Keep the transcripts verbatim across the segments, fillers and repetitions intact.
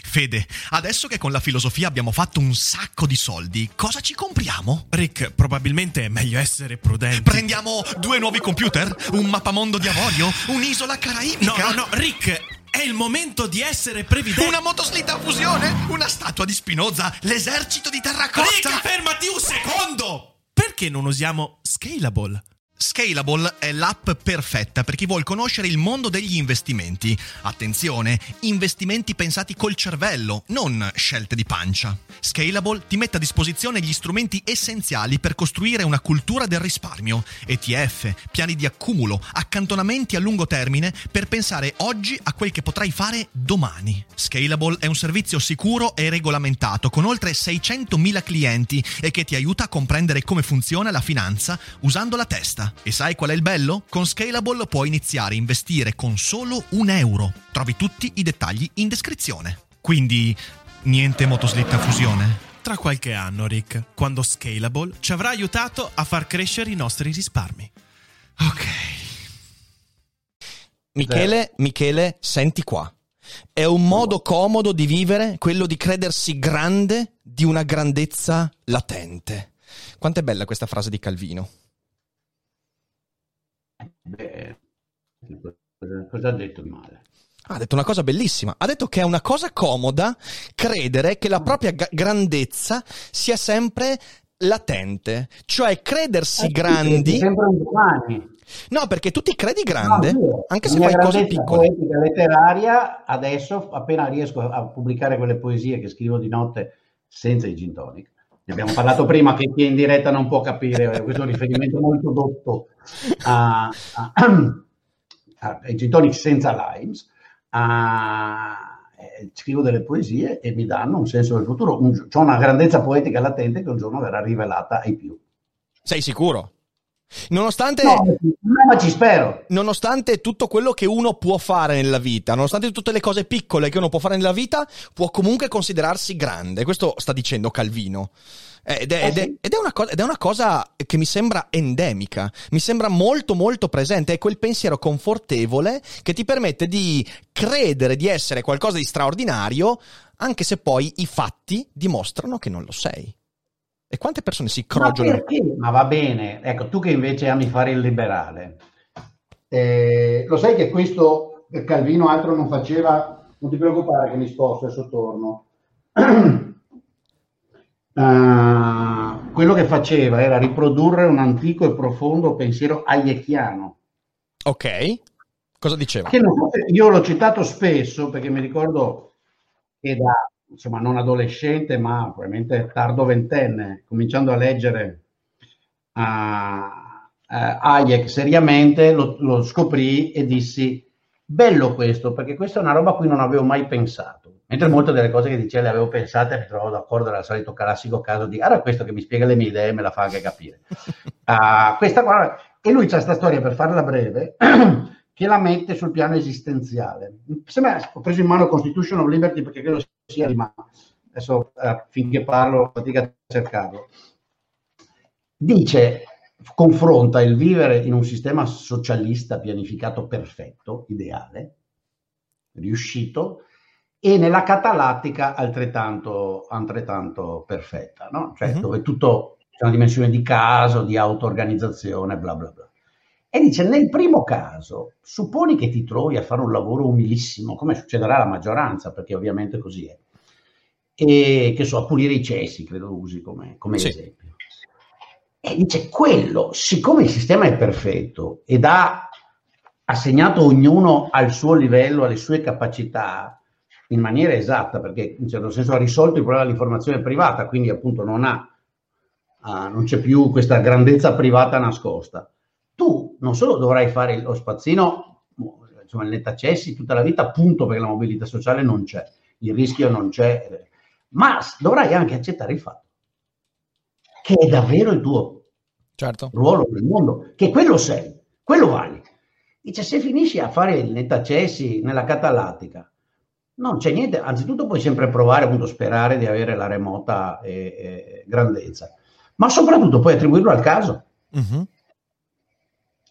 Fede, adesso che con la filosofia abbiamo fatto un sacco di soldi, cosa ci compriamo? Rick, probabilmente è meglio essere prudenti. Prendiamo due nuovi computer? Un mappamondo di avorio? Un'isola caraibica? No, no, no, Rick, è il momento di essere previdenti. Una motoslitta a fusione? Una statua di Spinoza? L'esercito di terracotta? Rick, fermati un secondo! Perché non usiamo Scalable? Scalable è l'app perfetta per chi vuol conoscere il mondo degli investimenti. Attenzione, investimenti pensati col cervello, non scelte di pancia. Scalable ti mette a disposizione gli strumenti essenziali per costruire una cultura del risparmio, E T F, piani di accumulo, accantonamenti a lungo termine per pensare oggi a quel che potrai fare domani. Scalable è un servizio sicuro e regolamentato con oltre seicentomila clienti e che ti aiuta a comprendere come funziona la finanza usando la testa. E sai qual è il bello? Con Scalable puoi iniziare a investire con solo un euro. Trovi tutti i dettagli in descrizione. Quindi, niente motoslitta a fusione? Tra qualche anno, Rick, quando Scalable ci avrà aiutato a far crescere i nostri risparmi. Ok. Michele, Michele, senti qua. È un modo comodo di vivere quello di credersi grande di una grandezza latente. Quanto è bella questa frase di Calvino? Beh, cosa ha detto di male? Ha detto una cosa bellissima. Ha detto che è una cosa comoda credere che la propria g- grandezza sia sempre latente. Cioè credersi Eh, grandi... Sempre un domani. No, perché tu ti credi grande, No, anche se la fai mia cose grandezza piccole. poetica letteraria, adesso, appena riesco a pubblicare quelle poesie che scrivo di notte senza i gin tonic, ne abbiamo parlato prima, che chi è in diretta non può capire, questo è un riferimento molto dotto a, a, a, ai gin tonic senza limes, a, eh, scrivo delle poesie e mi danno un senso del futuro, ho una grandezza poetica latente che un giorno verrà rivelata ai più. Sei sicuro? Nonostante, no, ma ci spero. Nonostante tutto quello che uno può fare nella vita, nonostante tutte le cose piccole che uno può fare nella vita, può comunque considerarsi grande. Questo sta dicendo Calvino. Ed è, ed, è, ed, è una cosa, ed è una cosa che mi sembra endemica, mi sembra molto molto presente. È quel pensiero confortevole che ti permette di credere di essere qualcosa di straordinario, anche se poi i fatti dimostrano che non lo sei. E quante persone si crogiolano? Ma perché? Ma va bene, ecco, tu che invece ami fare il liberale, eh, lo sai che questo Calvino altro non faceva, non ti preoccupare che mi sposto, adesso torno. Uh, quello che faceva era riprodurre un antico e profondo pensiero hayekiano. Ok, cosa diceva? Che non, io l'ho citato spesso perché mi ricordo che da... insomma non adolescente ma probabilmente tardo ventenne, cominciando a leggere uh, uh, Hayek seriamente, lo, lo scoprì e dissi bello questo, perché questa è una roba a cui non avevo mai pensato, mentre molte delle cose che diceva le avevo pensate e mi trovavo d'accordo, era il solito classico caso di era questo che mi spiega le mie idee e me la fa anche capire. Uh, questa qua, e lui c'ha questa storia, per farla breve, che la mette sul piano esistenziale. Sembra, ho preso in mano Constitution of Liberty perché credo sia, ma adesso eh, finché parlo fatica a cercarlo. Dice, confronta il vivere in un sistema socialista pianificato perfetto, ideale, riuscito, e nella catalattica altrettanto, altrettanto perfetta, no? Cioè uh-huh. dove tutto c'è una dimensione di caso, di auto-organizzazione, bla bla bla. E dice, nel primo caso, supponi che ti trovi a fare un lavoro umilissimo, come succederà alla maggioranza, perché ovviamente così è, e che so, a pulire i cessi, credo usi come, come sì. esempio. E dice, quello, siccome il sistema è perfetto ed ha assegnato ognuno al suo livello, alle sue capacità, in maniera esatta, perché in certo senso ha risolto il problema dell'informazione privata, quindi appunto non ha, uh, non c'è più questa grandezza privata nascosta. Tu non solo dovrai fare lo spazzino, insomma il nettacessi tutta la vita, appunto perché la mobilità sociale non c'è, il rischio non c'è, ma dovrai anche accettare il fatto che è davvero il tuo certo. ruolo nel mondo, che quello sei, quello vali. Dice, se finisci a fare il nettacessi nella catalattica, non c'è niente, anzitutto puoi sempre provare, appunto sperare di avere la remota eh, eh, grandezza, ma soprattutto puoi attribuirlo al caso. Mm-hmm.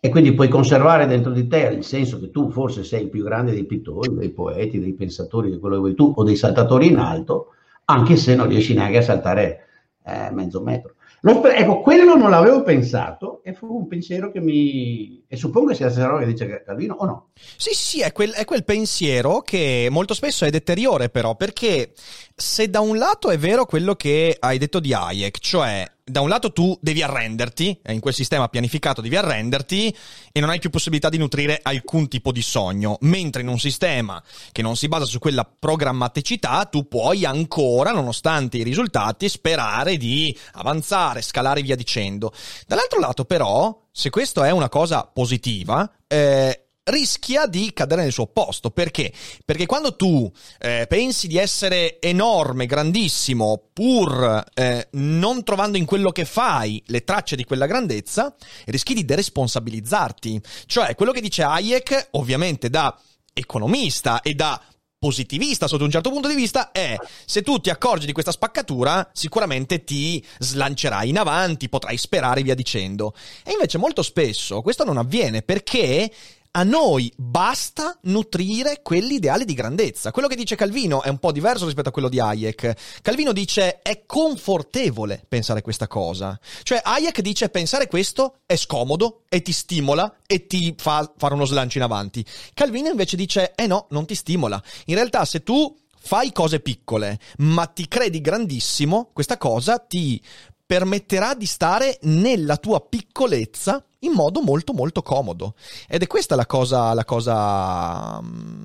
e quindi puoi conservare dentro di te, nel senso che tu forse sei il più grande dei pittori, dei poeti, dei pensatori, di quello che vuoi tu, o dei saltatori in alto, anche se non riesci neanche a saltare eh, mezzo metro. Lo, ecco, quello non l'avevo pensato e fu un pensiero che mi... e suppongo che sia la stessa roba che dice Calvino, o no? Sì, sì, è quel, è quel pensiero che molto spesso è deteriore, però, perché se da un lato è vero quello che hai detto di Hayek, cioè da un lato tu devi arrenderti, in quel sistema pianificato devi arrenderti e non hai più possibilità di nutrire alcun tipo di sogno, mentre in un sistema che non si basa su quella programmaticità tu puoi ancora, nonostante i risultati, sperare di avanzare, scalare e via dicendo. Dall'altro lato però, se questo è una cosa positiva, eh, rischia di cadere nel suo opposto. Perché? Perché quando tu eh, pensi di essere enorme, grandissimo, pur eh, non trovando in quello che fai le tracce di quella grandezza, rischi di deresponsabilizzarti. Cioè, quello che dice Hayek, ovviamente da economista e da positivista sotto un certo punto di vista, è: se tu ti accorgi di questa spaccatura sicuramente ti slancerai in avanti, potrai sperare via dicendo. E invece molto spesso questo non avviene, perché a noi basta nutrire quell'ideale di grandezza. Quello che dice Calvino è un po' diverso rispetto a quello di Hayek. Calvino dice è confortevole pensare questa cosa. Cioè Hayek dice pensare questo è scomodo e ti stimola e ti fa fare uno slancio in avanti. Calvino invece dice eh no, non ti stimola. In realtà se tu fai cose piccole ma ti credi grandissimo, questa cosa ti permetterà di stare nella tua piccolezza in modo molto molto comodo. Ed è questa la cosa la cosa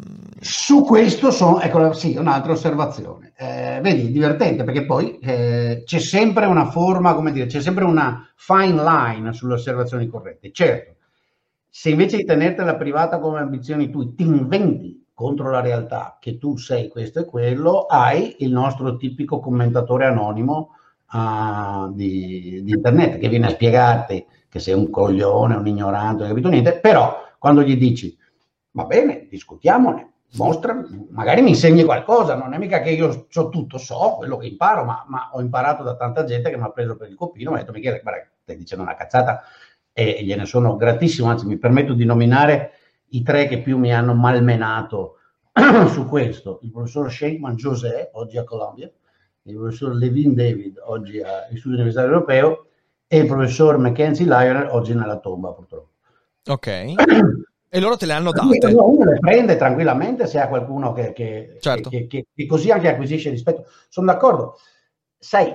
su questo sono, ecco, sì, un'altra osservazione. Eh, vedi, divertente, perché poi eh, c'è sempre una forma, come dire, c'è sempre una fine line sulle osservazioni corrette. Certo, se invece di tenertela privata come ambizioni tu ti inventi contro la realtà che tu sei questo e quello, hai il nostro tipico commentatore anonimo Uh, di, di internet che viene a spiegarti che sei un coglione, un ignorante, non hai capito niente, però quando gli dici va bene, discutiamone, mostra, magari mi insegni qualcosa, non è mica che io so tutto, so quello che imparo, ma, ma ho imparato da tanta gente che mi ha preso per il copino, mi ha detto Michele, guarda, stai dicendo una cazzata, e, e gliene sono gratissimo, anzi mi permetto di nominare i tre che più mi hanno malmenato su questo: il professor Sheikman José, oggi a Columbia, il professor Levin David, oggi all'Istituto Universitario Europeo, e il professor Mackenzie Lionel, oggi nella tomba, purtroppo. Ok. E loro te le hanno date? Uno le prende tranquillamente se ha qualcuno che, che, certo. che, che, che così anche acquisisce rispetto. Sono d'accordo. Sai,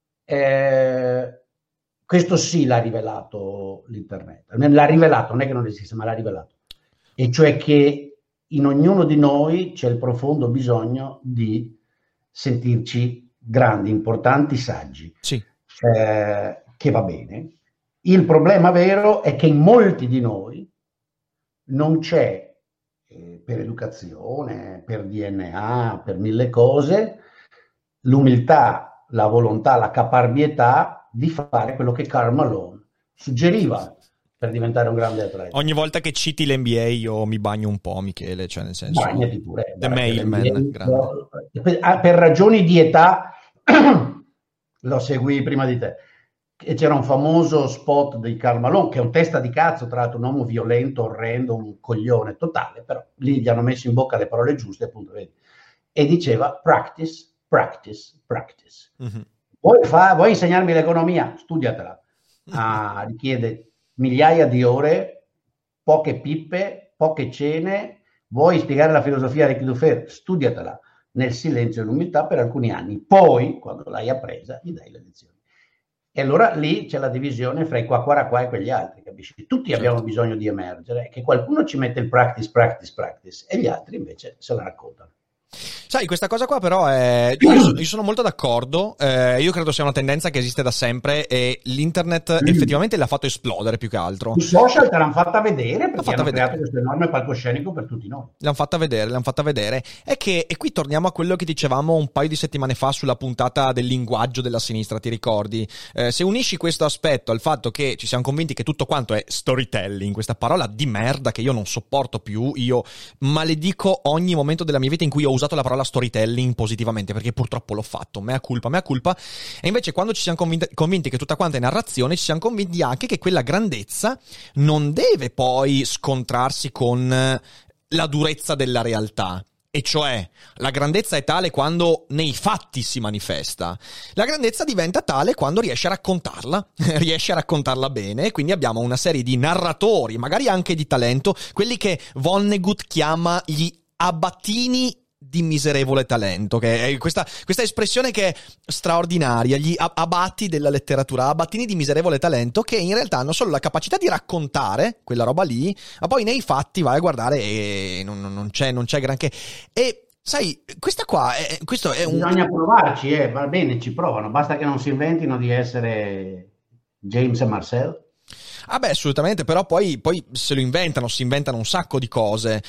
eh, questo sì l'ha rivelato l'internet. L'ha rivelato, non è che non esiste, ma l'ha rivelato. E cioè che in ognuno di noi c'è il profondo bisogno di sentirci grandi, importanti, saggi, sì. eh, che va bene. Il problema vero è che in molti di noi non c'è, eh, per educazione, per D N A, per mille cose, l'umiltà, la volontà, la caparbietà di fare quello che Karl Malone suggeriva per diventare un grande atleta. Ogni volta che citi l'N B A io mi bagno un po', Michele, cioè nel senso... Bagnati pure. The Mailman, per, per ragioni di età lo seguì prima di te. E c'era un famoso spot di Karl Malone, che è un testa di cazzo, tra l'altro un uomo violento, orrendo, un coglione totale, però lì gli hanno messo in bocca le parole giuste, appunto, vedi. E diceva practice, practice, practice. Mm-hmm. Vuoi, fa, vuoi insegnarmi l'economia? Studiatela. Ah, richiede migliaia di ore, poche pippe, poche cene. Vuoi spiegare la filosofia di Dufer? Studiatela nel silenzio e l'umiltà per alcuni anni. Poi, quando l'hai appresa, gli dai le lezioni. E allora lì c'è la divisione fra i qua qua qua e quegli altri, capisci? Tutti certo. Abbiamo bisogno di emergere, che qualcuno ci mette il practice, practice, practice, e gli altri invece se la raccontano. Sai, questa cosa qua però è... Io sono, io sono molto d'accordo, eh, io credo sia una tendenza che esiste da sempre e l'internet mm. effettivamente l'ha fatto esplodere più che altro. I social te l'hanno fatta vedere perché hanno vedere. creato questo enorme palcoscenico per tutti noi. L'hanno fatta vedere, l'hanno fatta vedere. È che, e qui torniamo a quello che dicevamo un paio di settimane fa sulla puntata del linguaggio della sinistra, ti ricordi? Eh, se unisci questo aspetto al fatto che ci siamo convinti che tutto quanto è storytelling, questa parola di merda che io non sopporto più, io maledico ogni momento della mia vita in cui ho usato la parola parola storytelling positivamente, perché purtroppo l'ho fatto, mea culpa, mea culpa, e invece quando ci siamo convinti, convinti che tutta quanta è narrazione, ci siamo convinti anche che quella grandezza non deve poi scontrarsi con la durezza della realtà. E cioè, la grandezza è tale quando nei fatti si manifesta. La grandezza diventa tale quando riesce a raccontarla, riesce a raccontarla bene, e quindi abbiamo una serie di narratori, magari anche di talento, quelli che Vonnegut chiama gli abatini di miserevole talento, che è questa, questa espressione che è straordinaria, gli abati della letteratura, abatini di miserevole talento, che in realtà hanno solo la capacità di raccontare quella roba lì, ma poi nei fatti vai a guardare e non, non, c'è, non c'è granché. E sai, questa qua è, questo è un... Bisogna provarci, eh, va bene, ci provano, basta che non si inventino di essere James e Marcel. Ah beh, assolutamente, però poi, poi se lo inventano, si inventano un sacco di cose,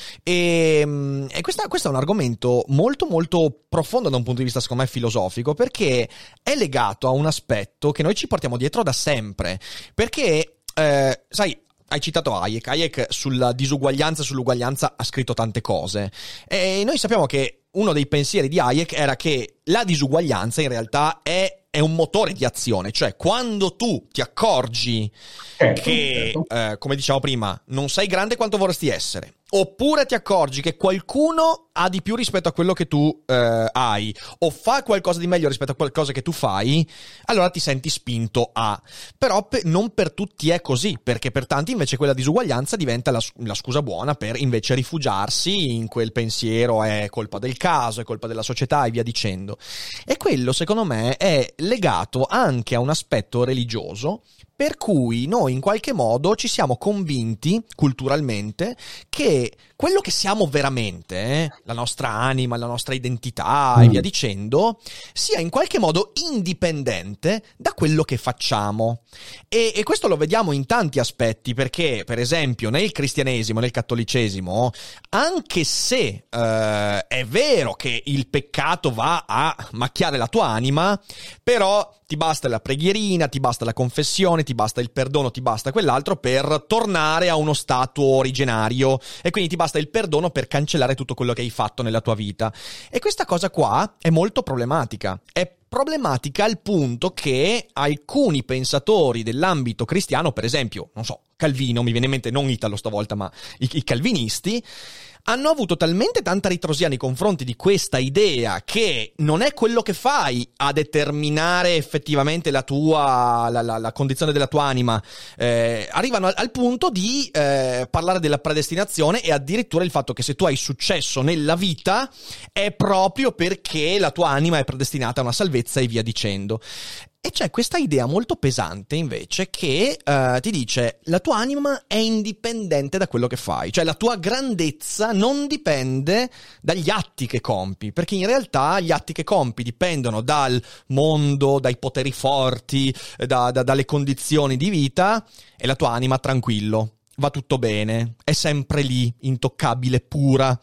e, e questa, questo è un argomento molto molto profondo da un punto di vista secondo me filosofico, perché è legato a un aspetto che noi ci portiamo dietro da sempre, perché eh, sai, hai citato Hayek, Hayek sulla disuguaglianza e sull'uguaglianza ha scritto tante cose, e noi sappiamo che uno dei pensieri di Hayek era che la disuguaglianza in realtà è è un motore di azione, cioè quando tu ti accorgi certo, che, certo. Eh, come dicevamo prima, non sei grande quanto vorresti essere, oppure ti accorgi che qualcuno ha di più rispetto a quello che tu eh, hai, o fa qualcosa di meglio rispetto a qualcosa che tu fai, allora ti senti spinto a. Però pe- non per tutti è così, perché per tanti invece quella disuguaglianza diventa la, la scusa buona per invece rifugiarsi in quel pensiero, è colpa del caso, è colpa della società e via dicendo. E quello secondo me è legato anche a un aspetto religioso, per cui noi in qualche modo ci siamo convinti culturalmente che quello che siamo veramente, eh, la nostra anima, la nostra identità mm. e via dicendo, sia in qualche modo indipendente da quello che facciamo. E, e questo lo vediamo in tanti aspetti, perché per esempio nel cristianesimo, nel cattolicesimo, anche se eh, è vero che il peccato va a macchiare la tua anima, però ti basta la preghierina, ti basta la confessione, ti basta il perdono, ti basta quell'altro per tornare a uno stato originario, e quindi ti basta il perdono per cancellare tutto quello che hai fatto nella tua vita. E questa cosa qua è molto problematica. È problematica al punto che alcuni pensatori dell'ambito cristiano, per esempio, non so, Calvino, mi viene in mente non Italo stavolta, ma i, i calvinisti, hanno avuto talmente tanta ritrosia nei confronti di questa idea che non è quello che fai a determinare effettivamente la tua la, la, la condizione della tua anima, eh, arrivano al, al punto di eh, parlare della predestinazione, e addirittura il fatto che se tu hai successo nella vita è proprio perché la tua anima è predestinata a una salvezza e via dicendo. E c'è questa idea molto pesante invece che uh, ti dice la tua anima è indipendente da quello che fai, cioè la tua grandezza non dipende dagli atti che compi, perché in realtà gli atti che compi dipendono dal mondo, dai poteri forti, da, da, dalle condizioni di vita, e la tua anima tranquillo. Va tutto bene, è sempre lì, intoccabile, pura,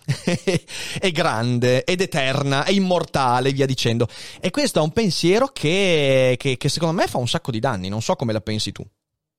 è grande, ed eterna, è immortale, via dicendo. E questo è un pensiero che, che, che secondo me fa un sacco di danni, non so come la pensi tu.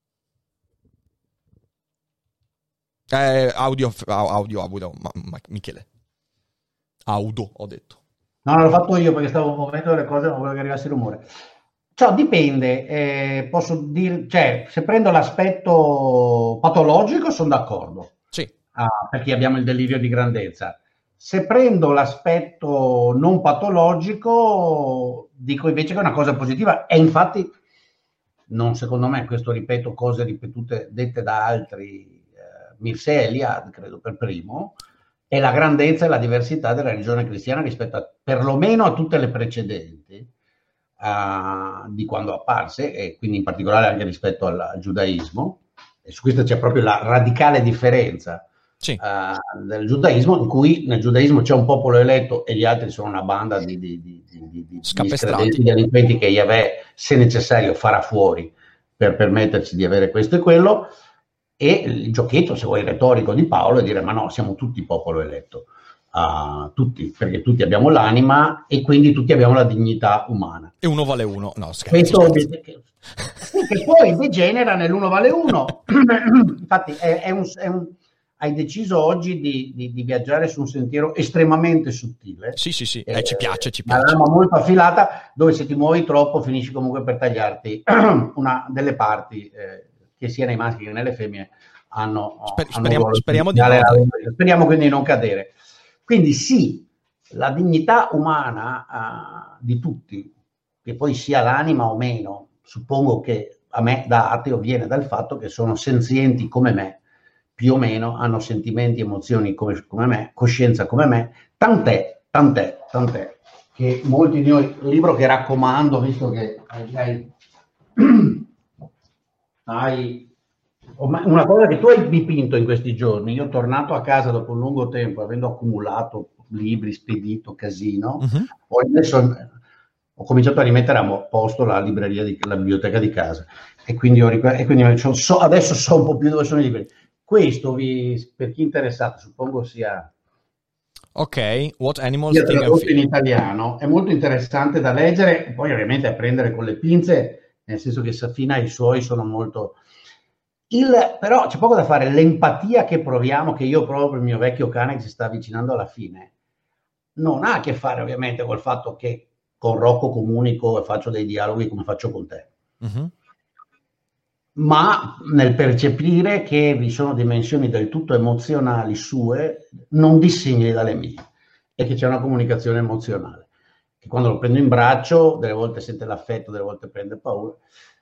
Eh, audio, audio, audio, ma, ma, Michele. Audio, ho detto. No, l'ho fatto io perché stavo muovendo le cose, non volevo che arrivasse il rumore. Ciò dipende, eh, posso dire, cioè, se prendo l'aspetto patologico sono d'accordo, sì. ah, perché abbiamo il delirio di grandezza. Se prendo l'aspetto non patologico, dico invece che è una cosa positiva, e infatti, non secondo me, questo ripeto cose ripetute, dette da altri, eh, Mircea Eliade, credo per primo, è la grandezza e la diversità della religione cristiana rispetto a, perlomeno a tutte le precedenti, Uh, di quando apparse, e quindi in particolare anche rispetto al, al giudaismo, e su questo c'è proprio la radicale differenza sì. uh, del giudaismo, in cui nel giudaismo c'è un popolo eletto e gli altri sono una banda di, di, di, di, di scapestrati, delinquenti che Yahweh, se necessario, farà fuori per permetterci di avere questo e quello. E il giochetto, se vuoi, retorico di Paolo è dire: ma no, siamo tutti popolo eletto, uh, tutti, perché tutti abbiamo l'anima e quindi tutti abbiamo la dignità umana. E uno vale uno. No, scherzo, questo scherzo. Che, che poi degenera nell'uno vale uno. Infatti è, è, un, è un hai deciso oggi di, di, di viaggiare su un sentiero estremamente sottile. Sì, sì, sì, eh, eh, ci piace, ci una piace. lama molto affilata, dove se ti muovi troppo finisci comunque per tagliarti una delle parti, eh, che sia nei maschi che nelle femmine, hanno, Sper- hanno speriamo, speriamo di no. Speriamo quindi di non cadere. Quindi sì, la dignità umana uh, di tutti, che poi sia l'anima o meno, suppongo che a me da ateo viene dal fatto che sono senzienti come me, più o meno, hanno sentimenti, emozioni come, come me, coscienza come me, tant'è, tant'è, tant'è, che molti di noi, il libro che raccomando, visto che hai, hai una cosa che tu hai dipinto in questi giorni, io tornato a casa dopo un lungo tempo, avendo accumulato libri, spedito, casino, uh-huh. Poi adesso ho cominciato a rimettere a posto la libreria, di, la biblioteca di casa, e quindi, ho, e quindi so, adesso so un po' più dove sono i libri. Questo, vi, per chi è interessato, suppongo sia... Ok, What Animals Think and Feel. In italiano, è molto interessante da leggere, poi ovviamente a prendere con le pinze, nel senso che Safina e i suoi sono molto... Il, però c'è poco da fare, l'empatia che proviamo, che io provo per il mio vecchio cane che si sta avvicinando alla fine, non ha a che fare ovviamente col fatto che con Rocco comunico e faccio dei dialoghi come faccio con te. Uh-huh. Ma nel percepire che vi sono dimensioni del tutto emozionali sue, non dissimili dalle mie, e che c'è una comunicazione emozionale, che quando lo prendo in braccio, delle volte sente l'affetto, delle volte prende paura.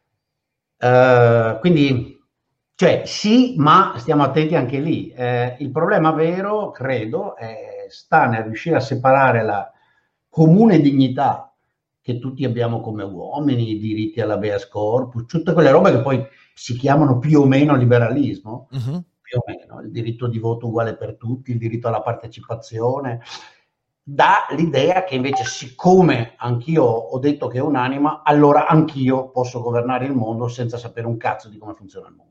Uh, quindi, cioè, sì, ma stiamo attenti anche lì. Eh, il problema vero, credo, è, sta nel riuscire a separare la comune dignità che tutti abbiamo come uomini, i diritti all'habeas corpus, tutte quelle robe che poi si chiamano più o meno liberalismo, uh-huh. più o meno, il diritto di voto uguale per tutti, il diritto alla partecipazione, dà l'idea che invece, siccome anch'io ho detto che è un'anima, allora anch'io posso governare il mondo senza sapere un cazzo di come funziona il mondo.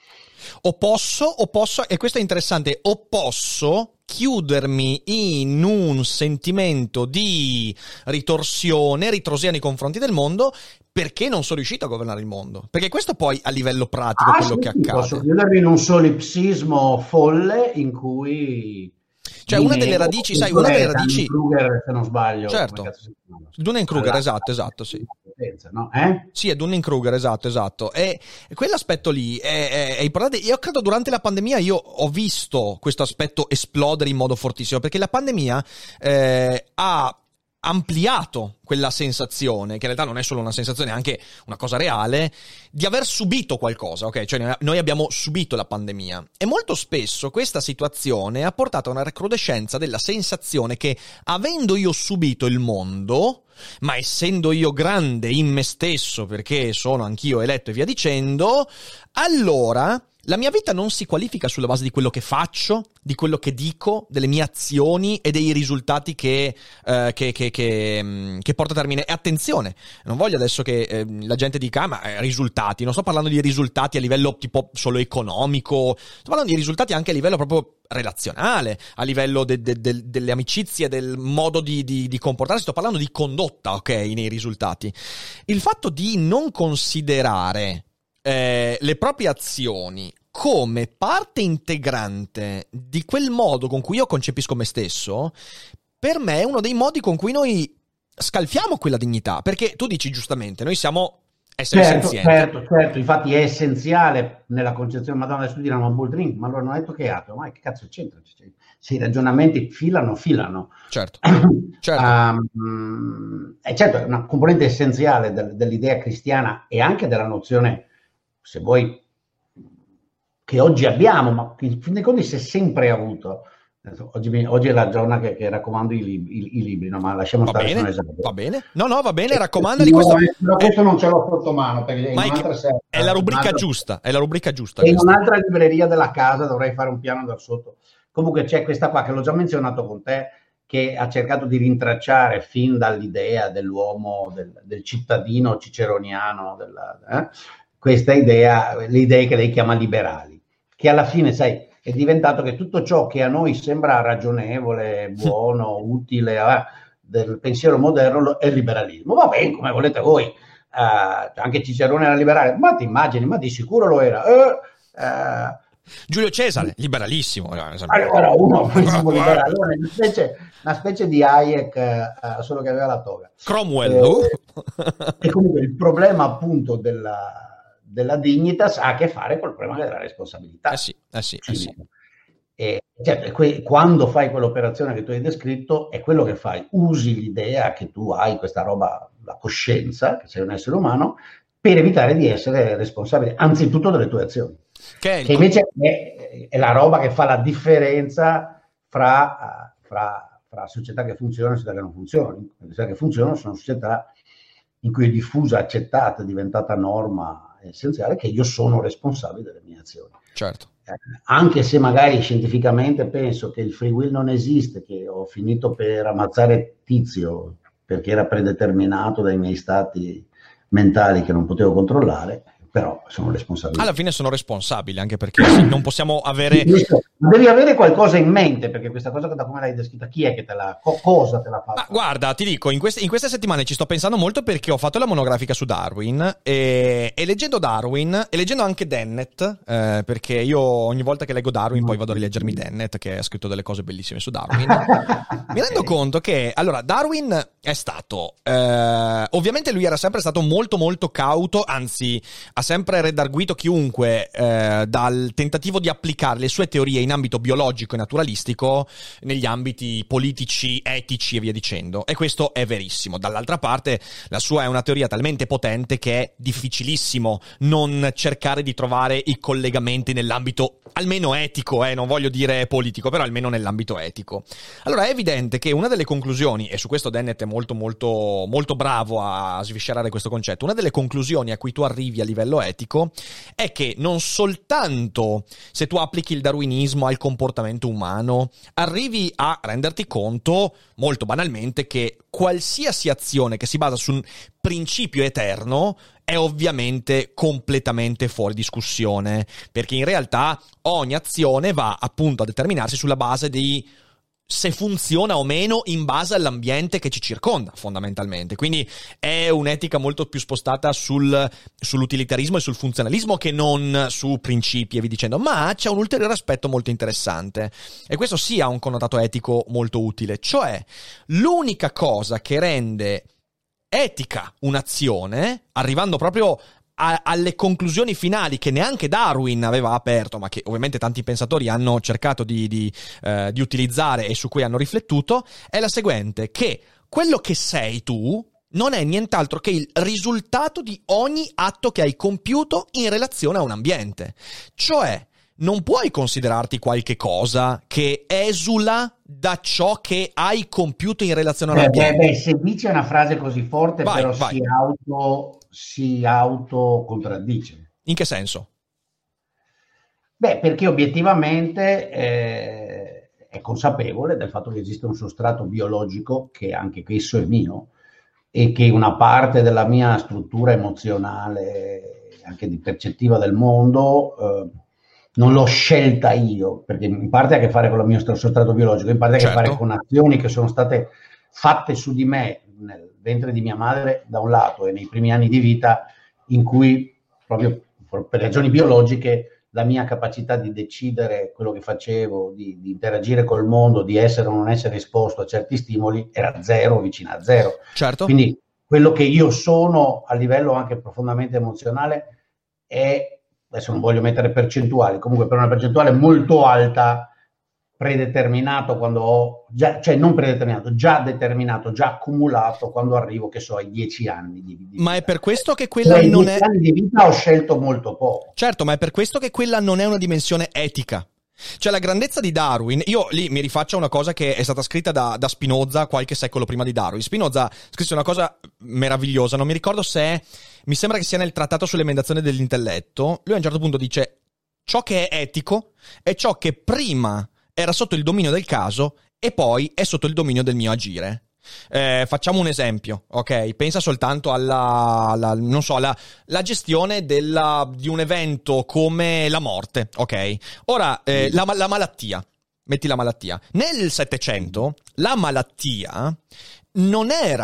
O posso, o posso, e questo è interessante, o posso chiudermi in un sentimento di ritorsione, ritrosia nei confronti del mondo, perché non sono riuscito a governare il mondo. Perché questo poi a livello pratico ah, è quello sì, che accade. Posso chiudermi in un solipsismo folle in cui... Cioè una delle radici, sai, una delle radici... Dunning-Kruger, se non sbaglio. Certo, Dunning-Kruger, allora, esatto, esatto, sì. No? Eh? Sì, è Dunning-Kruger, esatto, esatto. E quell'aspetto lì è, è, è importante. Io credo durante la pandemia io ho visto questo aspetto esplodere in modo fortissimo, perché la pandemia eh, ha ampliato quella sensazione, che in realtà non è solo una sensazione, è anche una cosa reale, di aver subito qualcosa, ok? Cioè noi abbiamo subito la pandemia, e molto spesso questa situazione ha portato a una recrudescenza della sensazione che, avendo io subito il mondo, ma essendo io grande in me stesso perché sono anch'io eletto e via dicendo, allora la mia vita non si qualifica sulla base di quello che faccio, di quello che dico, delle mie azioni e dei risultati che, eh, che, che, che, che porto a termine. E attenzione, non voglio adesso che eh, la gente dica, ah, ma eh, risultati, non sto parlando di risultati a livello tipo solo economico, sto parlando di risultati anche a livello proprio relazionale, a livello de, de, de, delle amicizie, del modo di, di, di comportarsi, sto parlando di condotta, ok, nei risultati. Il fatto di non considerare Eh, le proprie azioni come parte integrante di quel modo con cui io concepisco me stesso, per me è uno dei modi con cui noi scalfiamo quella dignità, perché tu dici giustamente, noi siamo esseri certo, senzienti. Certo, certo, infatti è essenziale nella concezione, Madonna, adesso diranno Boldrin, ma allora non ha detto che è ateo, ma che cazzo c'entra? Se i ragionamenti filano, filano. Certo, certo. Um, e certo, è una componente essenziale del, dell'idea cristiana e anche della nozione, se vuoi, che oggi abbiamo, ma in fin dei conti si è sempre avuto. Oggi, oggi è la giornata che, che raccomando i, libri, i, i libri, no? Ma lasciamo va stare. Bene, va bene, no, no, va bene, raccomandali. No, questo però questo non ce l'ho sotto mano. Perché ma è, sera, è la rubrica un'altra, giusta, è la rubrica giusta. E in un'altra libreria della casa dovrei fare un piano da sotto. Comunque c'è questa qua che l'ho già menzionato con te, che ha cercato di rintracciare fin dall'idea dell'uomo, del, del cittadino ciceroniano, della, eh? questa idea, le idee che lei chiama liberali, che alla fine, sai, è diventato che tutto ciò che a noi sembra ragionevole, buono, utile eh, del pensiero moderno è liberalismo. Va bene, come volete voi, eh, anche Cicerone era liberale, ma ti immagini, ma di sicuro lo era. Eh, eh, Giulio Cesare, liberalissimo. Allora, uno diciamo liberale, allora, una, specie, una specie di Hayek, eh, solo che aveva la toga. Cromwell. Eh, e comunque il problema appunto della, della dignitas ha a che fare col problema della responsabilità. Eh sì, eh sì, eh sì. E, cioè, que- quando fai quell'operazione che tu hai descritto, è quello che fai, usi l'idea che tu hai questa roba, la coscienza, che sei un essere umano, per evitare di essere responsabile, anzitutto delle tue azioni. Che, che invece è, è la roba che fa la differenza fra, fra, fra società che funzionano e società che non funzionano. Le società che funzionano sono società in cui è diffusa, accettata, è diventata norma essenziale che io sono responsabile delle mie azioni. Certo. Eh, anche se magari scientificamente penso che il free will non esiste, che ho finito per ammazzare Tizio perché era predeterminato dai miei stati mentali che non potevo controllare, però sono responsabile. Alla fine sono responsabile, anche perché sì, non possiamo avere... Devi avere qualcosa in mente, perché questa cosa da come l'hai descritta, chi è che te la... Co- cosa te l'ha fatta? Ma guarda, ti dico, in queste, in queste settimane ci sto pensando molto perché ho fatto la monografica su Darwin e, e leggendo Darwin, e leggendo anche Dennett, eh, perché io ogni volta che leggo Darwin no. poi vado a rileggermi Dennett, che ha scritto delle cose bellissime su Darwin, mi rendo conto che, allora, Darwin è stato... Eh, ovviamente lui era sempre stato molto molto cauto, anzi... ha sempre redarguito chiunque eh, dal tentativo di applicare le sue teorie in ambito biologico e naturalistico negli ambiti politici, etici e via dicendo. E questo è verissimo. Dall'altra parte, la sua è una teoria talmente potente che è difficilissimo non cercare di trovare i collegamenti nell'ambito almeno etico, eh, non voglio dire politico, però almeno nell'ambito etico. Allora è evidente che una delle conclusioni, e su questo Dennett è molto molto molto bravo a sviscerare questo concetto, una delle conclusioni a cui tu arrivi a livello etico è che non soltanto se tu applichi il darwinismo al comportamento umano arrivi a renderti conto molto banalmente che qualsiasi azione che si basa su un principio eterno è ovviamente completamente fuori discussione, perché in realtà ogni azione va appunto a determinarsi sulla base di se funziona o meno in base all'ambiente che ci circonda, fondamentalmente. Quindi è un'etica molto più spostata sul, sull'utilitarismo e sul funzionalismo che non su principi e via dicendo. Ma c'è un ulteriore aspetto molto interessante, e questo sì ha un connotato etico molto utile, cioè l'unica cosa che rende etica un'azione, arrivando proprio a, alle conclusioni finali che neanche Darwin aveva aperto, ma che ovviamente tanti pensatori hanno cercato di, di, eh, di utilizzare e su cui hanno riflettuto, è la seguente: che quello che sei tu non è nient'altro che il risultato di ogni atto che hai compiuto in relazione a un ambiente. Cioè, non puoi considerarti qualche cosa che esula da ciò che hai compiuto in relazione all'ambiente. Beh, beh, se dice una frase così forte, vai, però vai. si auto si autocontraddice. In che senso? Beh, perché obiettivamente eh, è consapevole del fatto che esiste un sostrato biologico che anche esso è mio e che una parte della mia struttura emozionale, anche di percettiva del mondo, eh, non l'ho scelta io, perché in parte ha a che fare con il mio sostrato biologico, in parte ha a certo. che fare con azioni che sono state fatte su di me nel ventre di mia madre da un lato e nei primi anni di vita, in cui proprio per ragioni biologiche la mia capacità di decidere quello che facevo, di, di interagire col mondo, di essere o non essere esposto a certi stimoli era zero, vicino a zero. Certo. Quindi quello che io sono a livello anche profondamente emozionale è, adesso non voglio mettere percentuali, comunque per una percentuale molto alta, predeterminato quando ho, già, cioè non predeterminato, già determinato, già accumulato quando arrivo, che so, ai dieci anni di vita. Ma è per questo che quella cioè, non è... anni di vita ho scelto molto poco. Certo, ma è per questo che quella non è una dimensione etica. Cioè la grandezza di Darwin, io lì mi rifaccio a una cosa che è stata scritta da, da Spinoza qualche secolo prima di Darwin. Spinoza scrisse una cosa meravigliosa, non mi ricordo se è, mi sembra che sia nel trattato sull'emendazione dell'intelletto. Lui a un certo punto dice: ciò che è etico è ciò che prima era sotto il dominio del caso e poi è sotto il dominio del mio agire. Eh, facciamo un esempio, ok? Pensa soltanto alla, alla non so, alla la gestione della, di un evento come la morte, ok? Ora, eh, la, la malattia, metti la malattia. Nel Settecento la malattia non era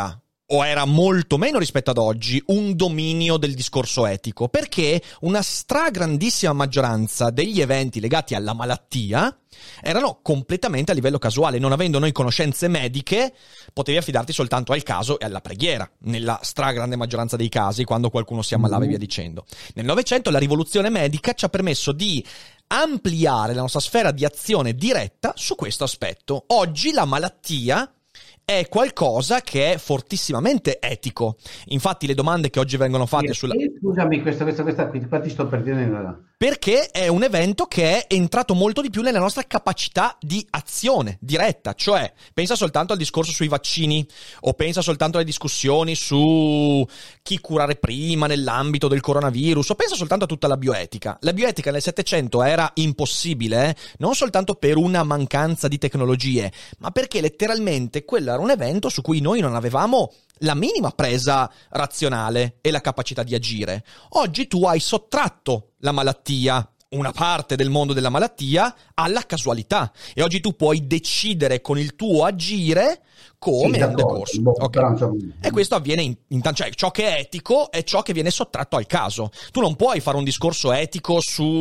o era molto meno rispetto ad oggi, un dominio del discorso etico, perché una stragrandissima maggioranza degli eventi legati alla malattia erano completamente a livello casuale. Non avendo noi conoscenze mediche, potevi affidarti soltanto al caso e alla preghiera, nella stragrande maggioranza dei casi, quando qualcuno si ammalava e via dicendo. Nel Novecento la rivoluzione medica ci ha permesso di ampliare la nostra sfera di azione diretta su questo aspetto. Oggi la malattia è qualcosa che è fortissimamente etico. Infatti le domande che oggi vengono fatte Sì, sulla... Scusami, questa, questa, questa qui, qua ti sto per dire una- Perché è un evento che è entrato molto di più nella nostra capacità di azione diretta. Cioè, pensa soltanto al discorso sui vaccini, o pensa soltanto alle discussioni su chi curare prima nell'ambito del coronavirus, o pensa soltanto a tutta la bioetica. La bioetica nel Settecento era impossibile, eh? Non soltanto per una mancanza di tecnologie, ma perché letteralmente quello era un evento su cui noi non avevamo la minima presa razionale e la capacità di agire. Oggi tu hai sottratto la malattia, una parte del mondo della malattia, alla casualità, e oggi tu puoi decidere con il tuo agire come Sì, è un d'accordo, decorso. boh, Ok. però, insomma, E questo avviene in, in tan- cioè ciò che è etico è ciò che viene sottratto al caso. Tu non puoi fare un discorso etico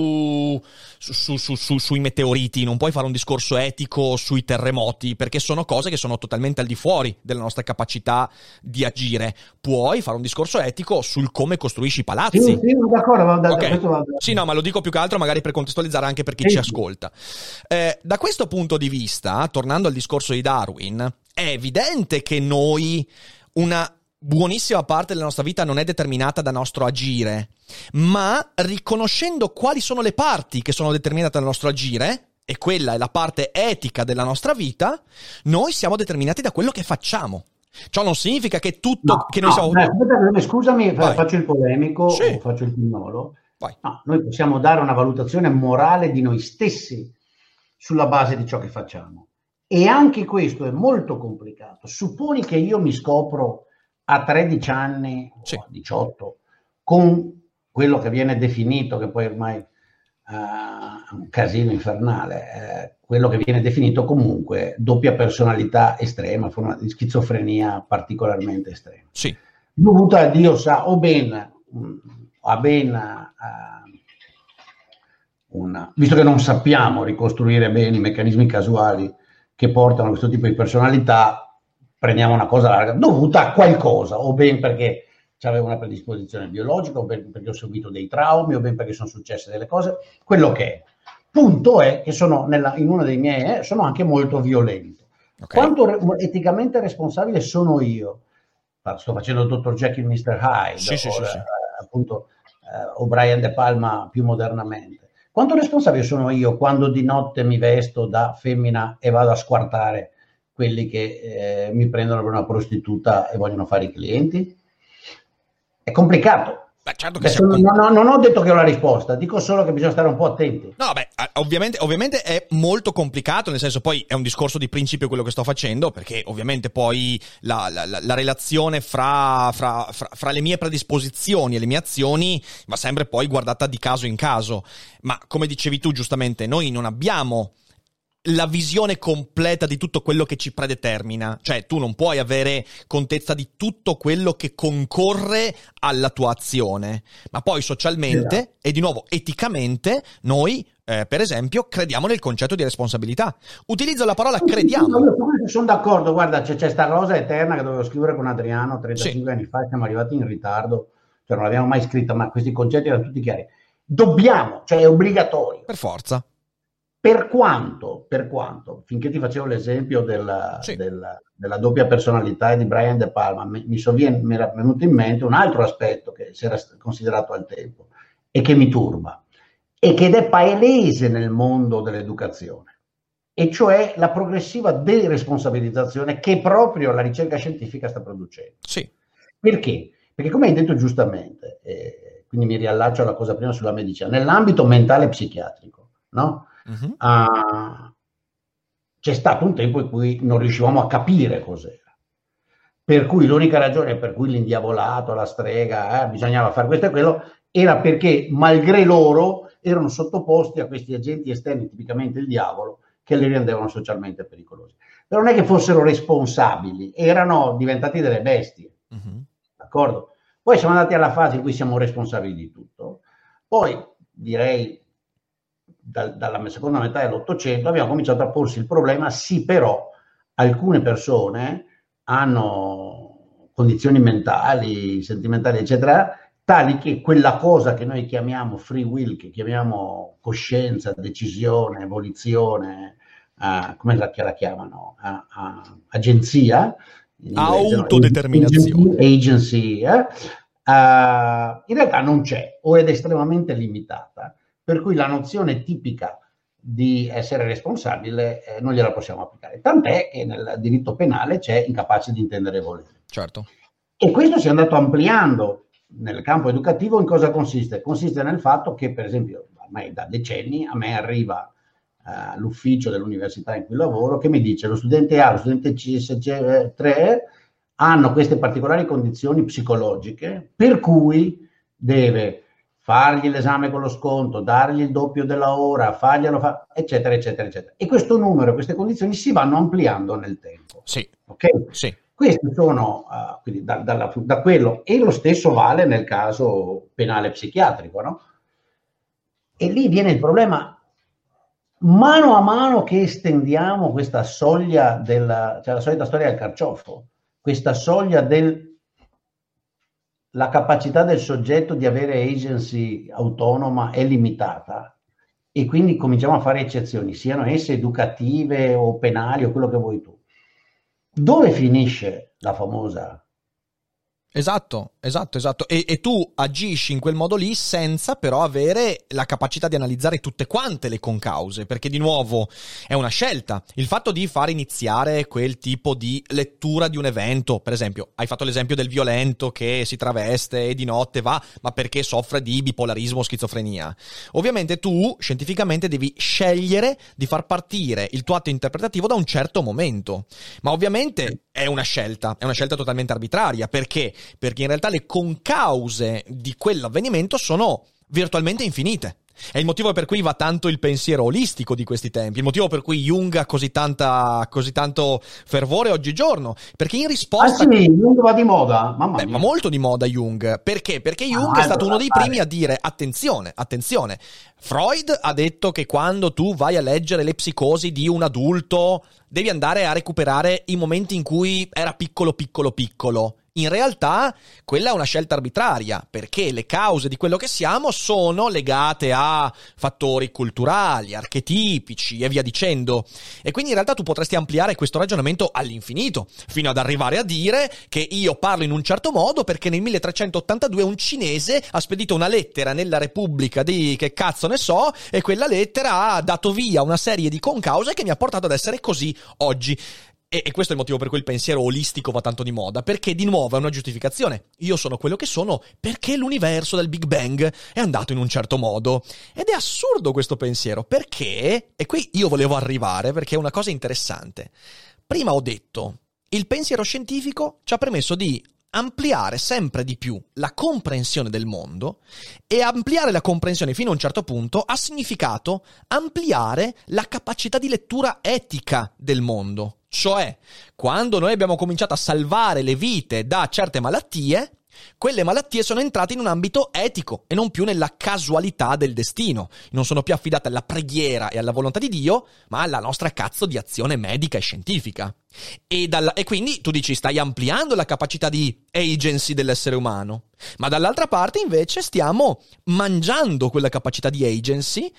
su, su, su, su- su- sui meteoriti, non puoi fare un discorso etico sui terremoti, perché sono cose che sono totalmente al di fuori della nostra capacità di agire. Puoi fare un discorso etico sul come costruisci i palazzi. Sì, sì, d'accordo, va- da- Ok. questo va- Sì, no, ma lo dico più che altro magari per contestualizzare anche per chi Sì, ci sì. ascolta. Eh, da questo punto di vista, tornando al discorso di Darwin, è evidente che noi, una buonissima parte della nostra vita non è determinata dal nostro agire, ma riconoscendo quali sono le parti che sono determinate dal nostro agire, e quella è la parte etica della nostra vita, noi siamo determinati da quello che facciamo. Ciò non significa che tutto No, che noi no, siamo... eh, aspetta, scusami, fa- Vai. faccio il polemico Sì. o faccio il pignolo. Vai. No, noi possiamo dare una valutazione morale di noi stessi sulla base di ciò che facciamo. E anche questo è molto complicato. Supponi che io mi scopro a tredici anni Sì. o a diciotto con quello che viene definito, che poi ormai eh, è un casino infernale, eh, quello che viene definito comunque doppia personalità estrema, forma di schizofrenia particolarmente estrema. Sì. Dovuta a Dio sa, o ben, mh, a ben eh, una, visto che non sappiamo ricostruire bene i meccanismi casuali che portano a questo tipo di personalità, prendiamo una cosa larga, dovuta a qualcosa, o ben perché avevo una predisposizione biologica, o ben perché ho subito dei traumi, o ben perché sono successe delle cose, quello che è. Punto è che sono nella, in uno dei miei, eh, sono anche molto violento. Okay. Quanto re, eticamente responsabile sono io? Sto facendo il dottor Jekyll, mister Hyde, Sì, sì, o, sì, sì. eh, appunto eh, O'Brien De Palma più modernamente. Quanto responsabile sono io quando di notte mi vesto da femmina e vado a squartare quelli che eh, mi prendono per una prostituta e vogliono fare i clienti? È complicato. Beh, certo che Adesso sia non, non- non ho detto che ho la risposta, dico solo che bisogna stare un po' attenti. No, beh, eh, ovviamente, ovviamente è molto complicato, nel senso, poi è un discorso di principio quello che sto facendo, perché ovviamente poi la, la- la- la relazione fra, fra- fra- fra le mie predisposizioni e le mie azioni va sempre poi guardata di caso in caso. Ma come dicevi tu giustamente, noi non abbiamo la visione completa di tutto quello che ci predetermina, cioè tu non puoi avere contezza di tutto quello che concorre alla tua azione, ma poi socialmente Esatto. e di nuovo eticamente noi eh, per esempio crediamo nel concetto di responsabilità. Utilizzo la parola crediamo. Io su questo sono d'accordo, guarda, c'è, c'è sta cosa eterna che dovevo scrivere con Adriano trentacinque anni fa, siamo arrivati in ritardo, cioè non l'abbiamo mai scritta, ma questi concetti erano tutti chiari. Dobbiamo, cioè è obbligatorio. Per forza. Per quanto, per quanto, finché ti facevo l'esempio della, Sì. della, della doppia personalità di Brian De Palma, mi, mi, sovvien- mi era venuto in mente un altro aspetto che si era considerato al tempo e che mi turba, e che è palese nel mondo dell'educazione, e cioè la progressiva deresponsabilizzazione che proprio la ricerca scientifica sta producendo. Sì. Perché? Perché come hai detto giustamente, eh, quindi mi riallaccio alla cosa prima sulla medicina, nell'ambito mentale e psichiatrico, no? Mhm. Uh, c'è stato un tempo in cui non riuscivamo a capire cos'era, per cui l'unica ragione per cui l'indiavolato, la strega, eh, bisognava fare questo e quello, era perché malgré loro erano sottoposti a questi agenti esterni, tipicamente il diavolo, che li rendevano socialmente pericolosi. Però non è che fossero responsabili, erano diventati delle bestie. Uh-huh. D'accordo? Poi siamo andati alla fase in cui siamo responsabili di tutto. Poi, direi, da, dalla seconda metà dell'Ottocento abbiamo cominciato a porsi il problema, sì, però alcune persone hanno condizioni mentali, sentimentali, eccetera, tali che quella cosa che noi chiamiamo free will, che chiamiamo coscienza, decisione, volizione, uh, come la, la chiamano? Uh, uh, agenzia, inglese, autodeterminazione. No? Agency, agency eh? uh, in realtà non c'è o ed estremamente limitata, per cui la nozione tipica di essere responsabile eh, non gliela possiamo applicare, tant'è che nel diritto penale c'è incapace di intendere e volere. Certo. E questo si è andato ampliando nel campo educativo. In cosa consiste? Consiste nel fatto che, per esempio, ormai da decenni a me arriva uh, l'ufficio dell'università in cui lavoro che mi dice: lo studente A, lo studente C S G tre hanno queste particolari condizioni psicologiche per cui deve fargli l'esame con lo sconto, dargli il doppio della ora, farglielo fa, eccetera, eccetera, eccetera. E questo numero, queste condizioni si vanno ampliando nel tempo. Sì. Ok? Sì. Questi sono uh, quindi da, da, da quello, e lo stesso vale nel caso penale psichiatrico, no? E lì viene il problema: mano a mano che estendiamo questa soglia della, cioè la solita storia del carciofo, questa soglia del la capacità del soggetto di avere agency autonoma è limitata, e quindi cominciamo a fare eccezioni, siano esse educative o penali o quello che vuoi tu. Dove finisce la famosa? Esatto, esatto, esatto. E, e tu agisci in quel modo lì senza però avere la capacità di analizzare tutte quante le concause, perché di nuovo è una scelta. Il fatto di far iniziare quel tipo di lettura di un evento, per esempio, hai fatto l'esempio del violento che si traveste e di notte va, ma perché soffre di bipolarismo o schizofrenia. Ovviamente tu scientificamente devi scegliere di far partire il tuo atto interpretativo da un certo momento, ma ovviamente è una scelta, è una scelta totalmente arbitraria. Perché? Perché in realtà le concause di quell'avvenimento sono virtualmente infinite. È il motivo per cui va tanto il pensiero olistico di questi tempi, il motivo per cui Jung ha così tanta così tanto fervore oggigiorno, perché in risposta... Ah sì, Jung va di moda, mamma Beh, mia. ma molto di moda Jung. Perché? Perché Jung Ah, è stato uno dei fare. primi a dire attenzione, attenzione. Freud ha detto che quando tu vai a leggere le psicosi di un adulto devi andare a recuperare i momenti in cui era piccolo, piccolo, piccolo. In realtà quella è una scelta arbitraria, perché le cause di quello che siamo sono legate a fattori culturali, archetipici e via dicendo. E quindi in realtà tu potresti ampliare questo ragionamento all'infinito, fino ad arrivare a dire che io parlo in un certo modo perché nel milletrecentottantadue un cinese ha spedito una lettera nella Repubblica di che cazzo ne so, e quella lettera ha dato via una serie di concause che mi ha portato ad essere così oggi. E, e questo è il motivo per cui il pensiero olistico va tanto di moda, perché di nuovo è una giustificazione. Io sono quello che sono perché l'universo del Big Bang è andato in un certo modo. Ed è assurdo questo pensiero, perché, e qui io volevo arrivare perché è una cosa interessante. Prima ho detto, il pensiero scientifico ci ha permesso di ampliare sempre di più la comprensione del mondo, e ampliare la comprensione fino a un certo punto ha significato ampliare la capacità di lettura etica del mondo. Cioè, quando noi abbiamo cominciato a salvare le vite da certe malattie, quelle malattie sono entrate in un ambito etico e non più nella casualità del destino. Non sono più affidate alla preghiera e alla volontà di Dio, ma alla nostra cazzo di azione medica e scientifica. E, dalla, e quindi tu dici, stai ampliando la capacità di agency dell'essere umano, ma dall'altra parte invece stiamo mangiando quella capacità di agency,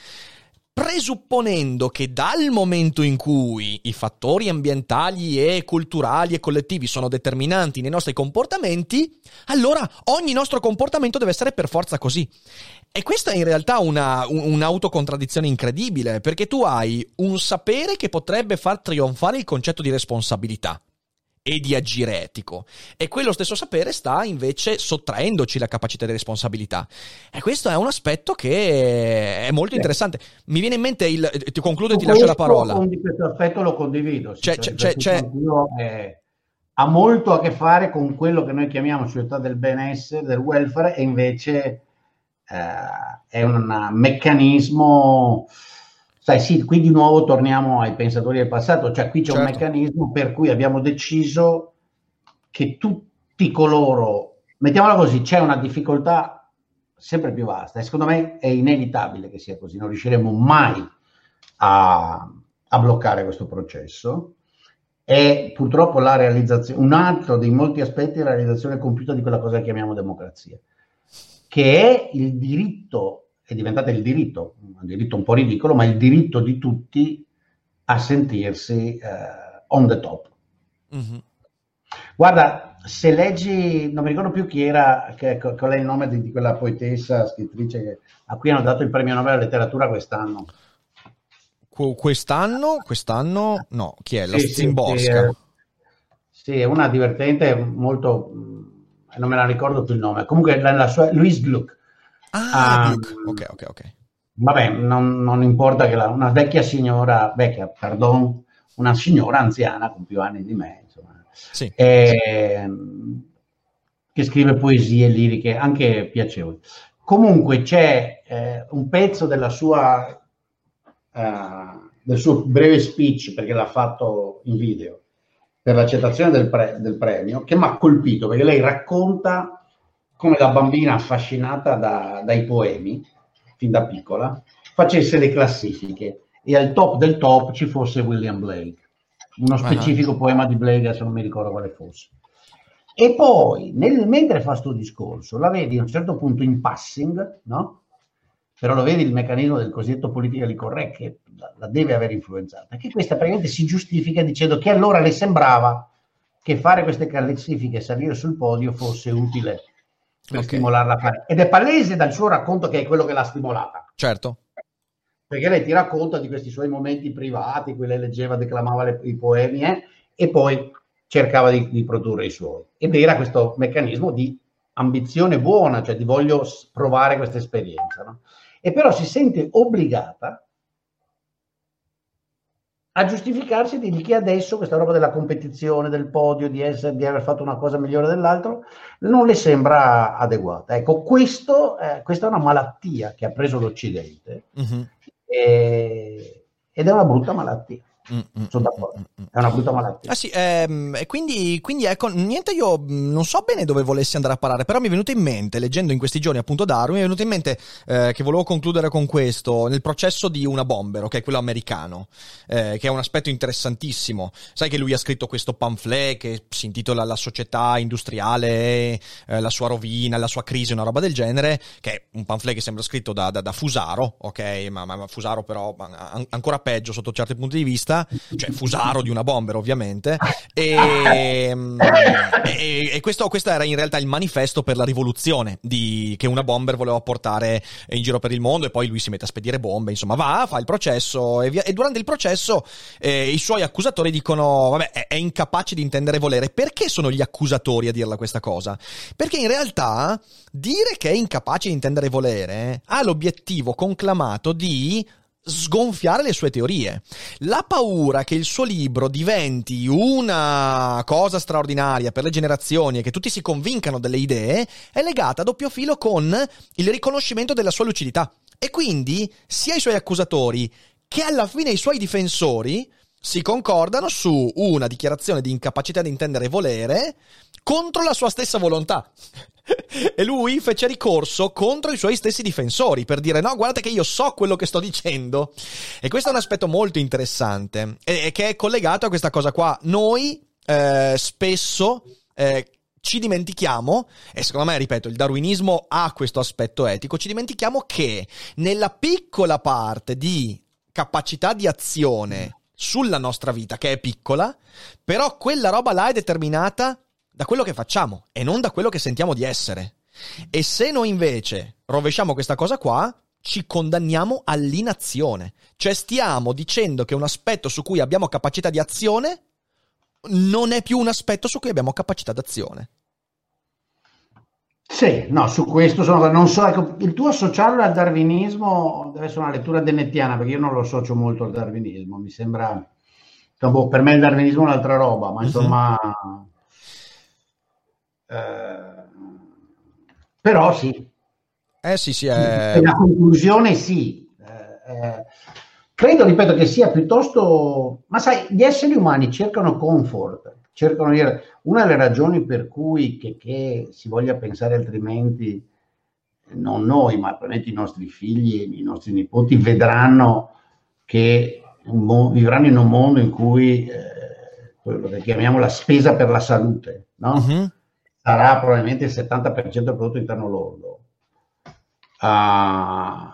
presupponendo che dal momento in cui i fattori ambientali e culturali e collettivi sono determinanti nei nostri comportamenti, allora ogni nostro comportamento deve essere per forza così. E questa è in realtà una, un'autocontraddizione incredibile, perché tu hai un sapere che potrebbe far trionfare il concetto di responsabilità e di agire etico, e quello stesso sapere sta invece sottraendoci la capacità di responsabilità, e questo è un aspetto che è molto interessante. Mi viene in mente il ti concludo e ti lascio la parola. Questo aspetto lo condivido, c'è, c'è, c'è, c'è... È, ha molto a che fare con quello che noi chiamiamo società del benessere, del welfare, e invece eh, è un meccanismo. Sai, sì, qui di nuovo torniamo ai pensatori del passato, cioè qui c'è certo. un meccanismo per cui abbiamo deciso che tutti tutti coloro, mettiamola così, c'è una difficoltà sempre più vasta e secondo me è inevitabile che sia così, non riusciremo mai a, a bloccare questo processo. È purtroppo la realizzazione, un altro dei molti aspetti è la realizzazione compiuta di quella cosa che chiamiamo democrazia, che è il diritto, è diventato il diritto, un diritto un po' ridicolo, ma il diritto di tutti a sentirsi uh, on the top. Mm-hmm. Guarda, se leggi, non mi ricordo più chi era, che, qual è il nome di, di quella poetessa, scrittrice che, a cui hanno dato il premio Nobel alla letteratura quest'anno. Quest'anno? Quest'anno? No, chi è? La sì, Szymborska. Sì, sì, è una divertente, molto, non me la ricordo più il nome. Comunque la, la sua, Louise Gluck. Ah, um, Gluck. Ok, ok, ok. Vabbè, non, non importa che la, una vecchia signora, vecchia, pardon, una signora anziana con più anni di me, insomma, sì. eh, che scrive poesie liriche anche piacevoli. Comunque c'è eh, un pezzo della sua... Uh, del suo breve speech, perché l'ha fatto in video per l'accettazione del, pre- del premio, che mi ha colpito perché lei racconta come da bambina affascinata da, dai poemi fin da piccola facesse le classifiche e al top del top ci fosse William Blake, uno specifico uh-huh. poema di Blake, adesso non mi ricordo quale fosse, e poi nel, mentre fa sto discorso la vedi a un certo punto in passing, no? Però lo vedi il meccanismo del cosiddetto politically correct che la, la deve aver influenzata, che questa praticamente si giustifica dicendo che allora le sembrava che fare queste classifiche e salire sul podio fosse utile per okay. stimolarla a fare. Ed è palese dal suo racconto che è quello che l'ha stimolata. Certo. Perché lei ti racconta di questi suoi momenti privati, cui lei leggeva, declamava le, i poemi eh, e poi cercava di, di produrre i suoi. Ed era questo meccanismo di ambizione buona, cioè di voglio provare questa esperienza, no? E però si sente obbligata a giustificarsi di che adesso questa roba della competizione, del podio, di, essere, di aver fatto una cosa migliore dell'altro, non le sembra adeguata. Ecco, questo, eh, questa è una malattia che ha preso l'Occidente mm-hmm. e, ed è una brutta malattia. Mm, sono d'accordo, è una brutta malattia. Ah sì, ehm, e quindi, quindi ecco, niente, io non so bene dove volessi andare a parare, però mi è venuto in mente, leggendo in questi giorni appunto Darwin, mi è venuto in mente eh, che volevo concludere con questo, nel processo di Una Bombero, che è quello americano, eh, che è un aspetto interessantissimo. Sai che lui ha scritto questo pamphlet che si intitola La società industriale, eh, la sua rovina, la sua crisi, una roba del genere, che è un pamphlet che sembra scritto da, da, da Fusaro, ok, ma, ma, ma Fusaro però an- ancora peggio sotto certi punti di vista, cioè Fusaro di Una Bombero ovviamente, e, e, e questo, questo era in realtà il manifesto per la rivoluzione di, che Una Bomber voleva portare in giro per il mondo, e poi lui si mette a spedire bombe, insomma va, fa il processo e, via, e durante il processo eh, i suoi accusatori dicono vabbè è, è incapace di intendere e volere. Perché sono gli accusatori a dirla questa cosa? Perché in realtà dire che è incapace di intendere e volere ha l'obiettivo conclamato di sgonfiare le sue teorie. La paura che il suo libro diventi una cosa straordinaria per le generazioni e che tutti si convincano delle idee è legata a doppio filo con il riconoscimento della sua lucidità, e quindi sia i suoi accusatori che alla fine i suoi difensori si concordano su una dichiarazione di incapacità di intendere e volere contro la sua stessa volontà. E lui fece ricorso contro i suoi stessi difensori per dire no, guardate che io so quello che sto dicendo. E questo è un aspetto molto interessante e, e che è collegato a questa cosa qua. Noi eh, spesso eh, ci dimentichiamo, e secondo me, ripeto, il darwinismo ha questo aspetto etico, ci dimentichiamo che nella piccola parte di capacità di azione sulla nostra vita, che è piccola, però quella roba là è determinata da quello che facciamo e non da quello che sentiamo di essere. E se noi invece rovesciamo questa cosa qua, ci condanniamo all'inazione. Cioè stiamo dicendo che un aspetto su cui abbiamo capacità di azione non è più un aspetto su cui abbiamo capacità d'azione. Sì, no, su questo sono, non so, ecco, il tuo associarlo al darwinismo deve essere una lettura dennettiana, perché io non lo associo molto al darwinismo, mi sembra, boh, per me il darwinismo è un'altra roba, ma insomma, uh-huh. eh, però sì. Eh sì, sì. È... La conclusione sì. Eh, eh, credo, ripeto, che sia piuttosto, ma sai, gli esseri umani cercano comfort, cercano di dire. Una delle ragioni per cui che, che si voglia pensare altrimenti, non noi, ma probabilmente i nostri figli e i nostri nipoti vedranno che un mo- vivranno in un mondo in cui eh, quello che chiamiamo la spesa per la salute, no? Uh-huh. Sarà probabilmente il settanta per cento del prodotto interno lordo. Uh,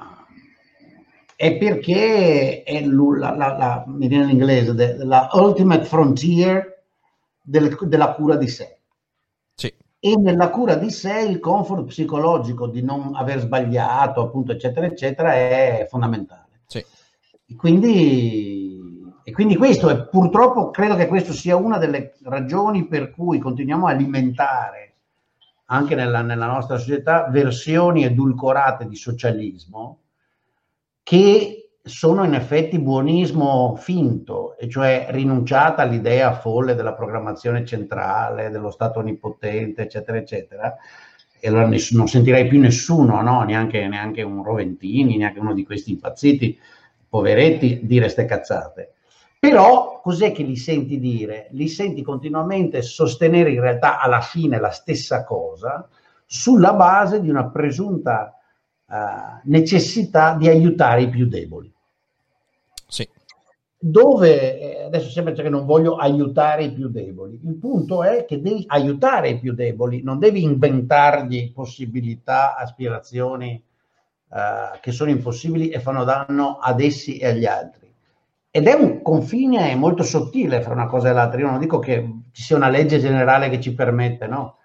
è perché è la, la, la, mi viene in inglese, la ultimate frontier del, della cura di sé. Sì. E nella cura di sé il comfort psicologico di non aver sbagliato, appunto, eccetera, eccetera, è fondamentale. Sì. E quindi, e quindi questo è, purtroppo credo che questo sia una delle ragioni per cui continuiamo a alimentare anche nella, nella nostra società versioni edulcorate di socialismo che sono in effetti buonismo finto, e cioè rinunciata all'idea folle della programmazione centrale, dello Stato onnipotente, eccetera, eccetera. E allora ness- non sentirei più nessuno, no? neanche, neanche un Roventini, neanche uno di questi impazziti, poveretti, dire ste cazzate. Però cos'è che li senti dire? Li senti continuamente sostenere in realtà alla fine la stessa cosa sulla base di una presunta uh, necessità di aiutare i più deboli. Sì. Dove, adesso sembra che non voglio aiutare i più deboli, il punto è che devi aiutare i più deboli, non devi inventargli possibilità, aspirazioni uh, che sono impossibili e fanno danno ad essi e agli altri. Ed è un confine molto sottile fra una cosa e l'altra. Io non dico che ci sia una legge generale che ci permette, no,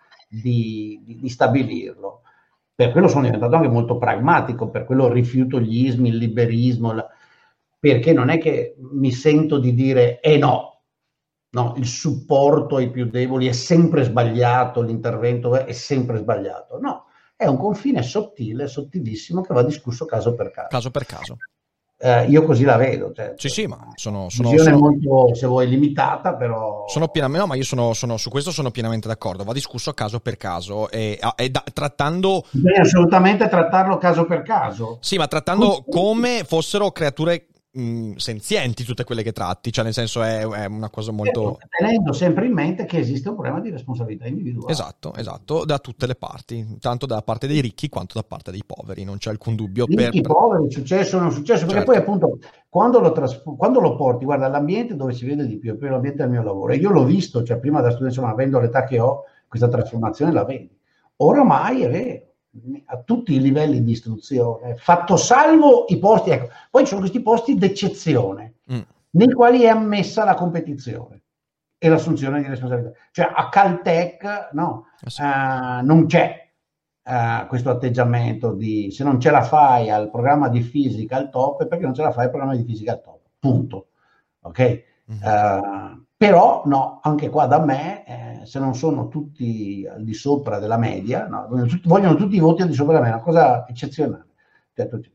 di, di, di stabilirlo. Per quello sono diventato anche molto pragmatico, per quello rifiuto gli ismi, il liberismo, la, perché non è che mi sento di dire eh no, no, il supporto ai più deboli è sempre sbagliato, l'intervento è sempre sbagliato. No, è un confine sottile, sottilissimo, che va discusso caso per caso. Caso per caso. Eh, io così la vedo, cioè, sì sì, ma sono, sono, visione sono molto, se vuoi, limitata, però sono pienamente, no, ma io sono, sono su questo sono pienamente d'accordo, va discusso caso per caso e, e da, trattando bisogna assolutamente trattarlo caso per caso, sì, ma trattando come fossero creature mh, senzienti tutte quelle che tratti, cioè nel senso è, è una cosa molto, tenendo sempre in mente che esiste un problema di responsabilità individuale. Esatto, esatto, da tutte le parti, tanto da parte dei ricchi quanto da parte dei poveri, non c'è alcun dubbio. Ricchi, per... poveri, successo o non successo, perché certo. Poi appunto quando lo, tras- quando lo porti, guarda, l'ambiente dove si vede di più è poi l'ambiente del mio lavoro, e io l'ho visto, cioè prima da studente, insomma, avendo l'età che ho, questa trasformazione la vedi. Oramai è vero, a tutti i livelli di istruzione, fatto salvo i posti, ecco, poi ci sono questi posti d'eccezione, mm. nei quali è ammessa la competizione e l'assunzione di responsabilità. Cioè a Caltech no, eh sì. uh, non c'è uh, questo atteggiamento di se non ce la fai al programma di fisica al top, perché non ce la fai al programma di fisica al top, punto. Ok? Mm-hmm. Uh, però no, anche qua da me, eh, se non sono tutti al di sopra della media, no, vogliono, tutti, vogliono tutti i voti al di sopra della media, una cosa eccezionale. Cioè, tutti.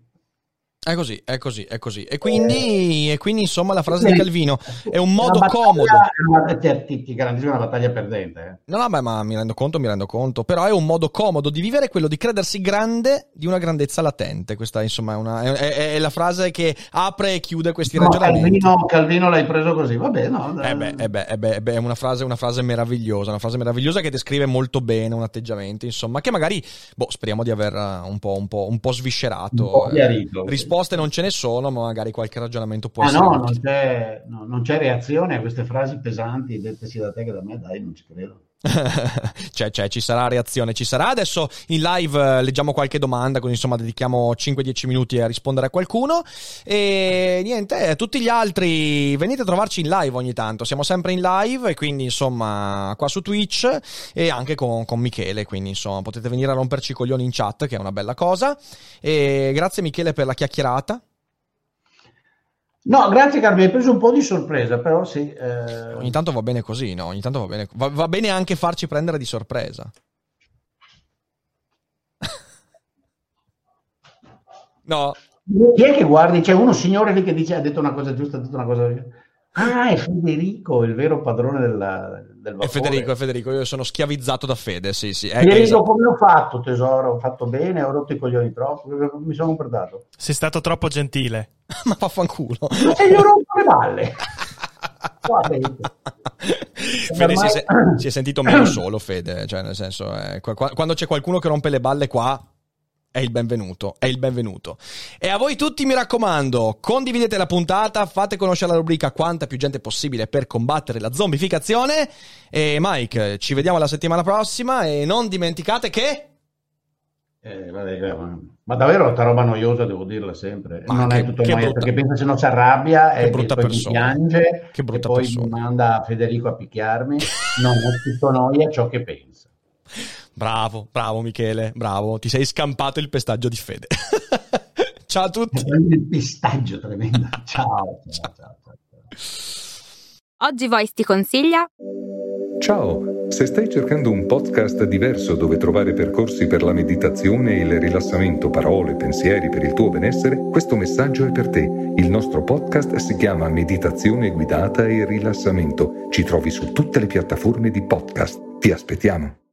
È così, è così, è così. E quindi, eh, e quindi insomma, la frase di Calvino è un modo una comodo. Una, ti, ti garantisco una battaglia perdente. Eh. No, no, beh, ma mi rendo conto, mi rendo conto. Però è un modo comodo di vivere, quello di credersi grande di una grandezza latente. Questa, insomma, è, una, è, è, è la frase che apre e chiude questi no, ragionamenti. Calvino, Calvino l'hai preso così, va bene. No? Eh beh, eh beh, eh beh, eh beh, è una frase, una frase meravigliosa, una frase meravigliosa che descrive molto bene un atteggiamento, insomma, che magari, boh, speriamo di aver un po', un po', un po' sviscerato. Un po' chiarito. Eh, risposte non ce ne sono, ma magari qualche ragionamento può ah, essere. No, non c'è, no, non c'è reazione a queste frasi pesanti dette sia da te che da me, dai, non ci credo. C'è, c'è, ci sarà reazione, ci sarà. Adesso in live eh, leggiamo qualche domanda, così insomma dedichiamo cinque dieci minuti a rispondere a qualcuno. E niente, tutti gli altri venite a trovarci in live ogni tanto, siamo sempre in live, e quindi insomma qua su Twitch e anche con, con Michele, quindi insomma potete venire a romperci i coglioni in chat, che è una bella cosa. E grazie Michele per la chiacchierata. No, grazie Carlo, mi hai preso un po' di sorpresa, però sì. Eh... Ogni tanto va bene così, no? Ogni tanto va bene, va, va bene anche farci prendere di sorpresa. No. Chi è che guardi? C'è uno signore lì che dice ha detto una cosa giusta, ha detto una cosa giusta. Ah, è Federico, il vero padrone della, del vapore. È Federico, è Federico, io sono schiavizzato da Fede, sì, sì. È, Federico, esatto. Come ho fatto, tesoro? Ho fatto bene, ho rotto i coglioni troppo, mi sono comportato. Sei stato troppo gentile. Ma vaffanculo. Ma se gli ho rotto le balle. Fede ormai... si, è, si è sentito meno solo, Fede, cioè nel senso, eh, quando c'è qualcuno che rompe le balle qua è il benvenuto, è il benvenuto. E a voi tutti mi raccomando, condividete la puntata, fate conoscere la rubrica a quanta più gente possibile per combattere la zombificazione. E Mike, ci vediamo la settimana prossima e non dimenticate che... Eh, vabbè, ma, ma davvero sta roba noiosa, devo dirla sempre. Ma non che- è tutto che noioso, brutta- perché pensa se non si arrabbia che e che brutta poi mi persona. piange Che brutta e poi persona. mi manda Federico a picchiarmi. Non è tutto noia ciò che pensa. Bravo, bravo Michele, bravo, ti sei scampato il pestaggio di Fede. Ciao a tutti. Il pistaggio tremendo. Ciao, ciao, ciao, ciao, ciao. Oggi Voice ti consiglia Ciao, se stai cercando un podcast diverso dove trovare percorsi per la meditazione e il rilassamento, parole, pensieri per il tuo benessere, questo messaggio è per te. Il nostro podcast si chiama Meditazione guidata e rilassamento. Ci trovi su tutte le piattaforme di podcast. Ti aspettiamo.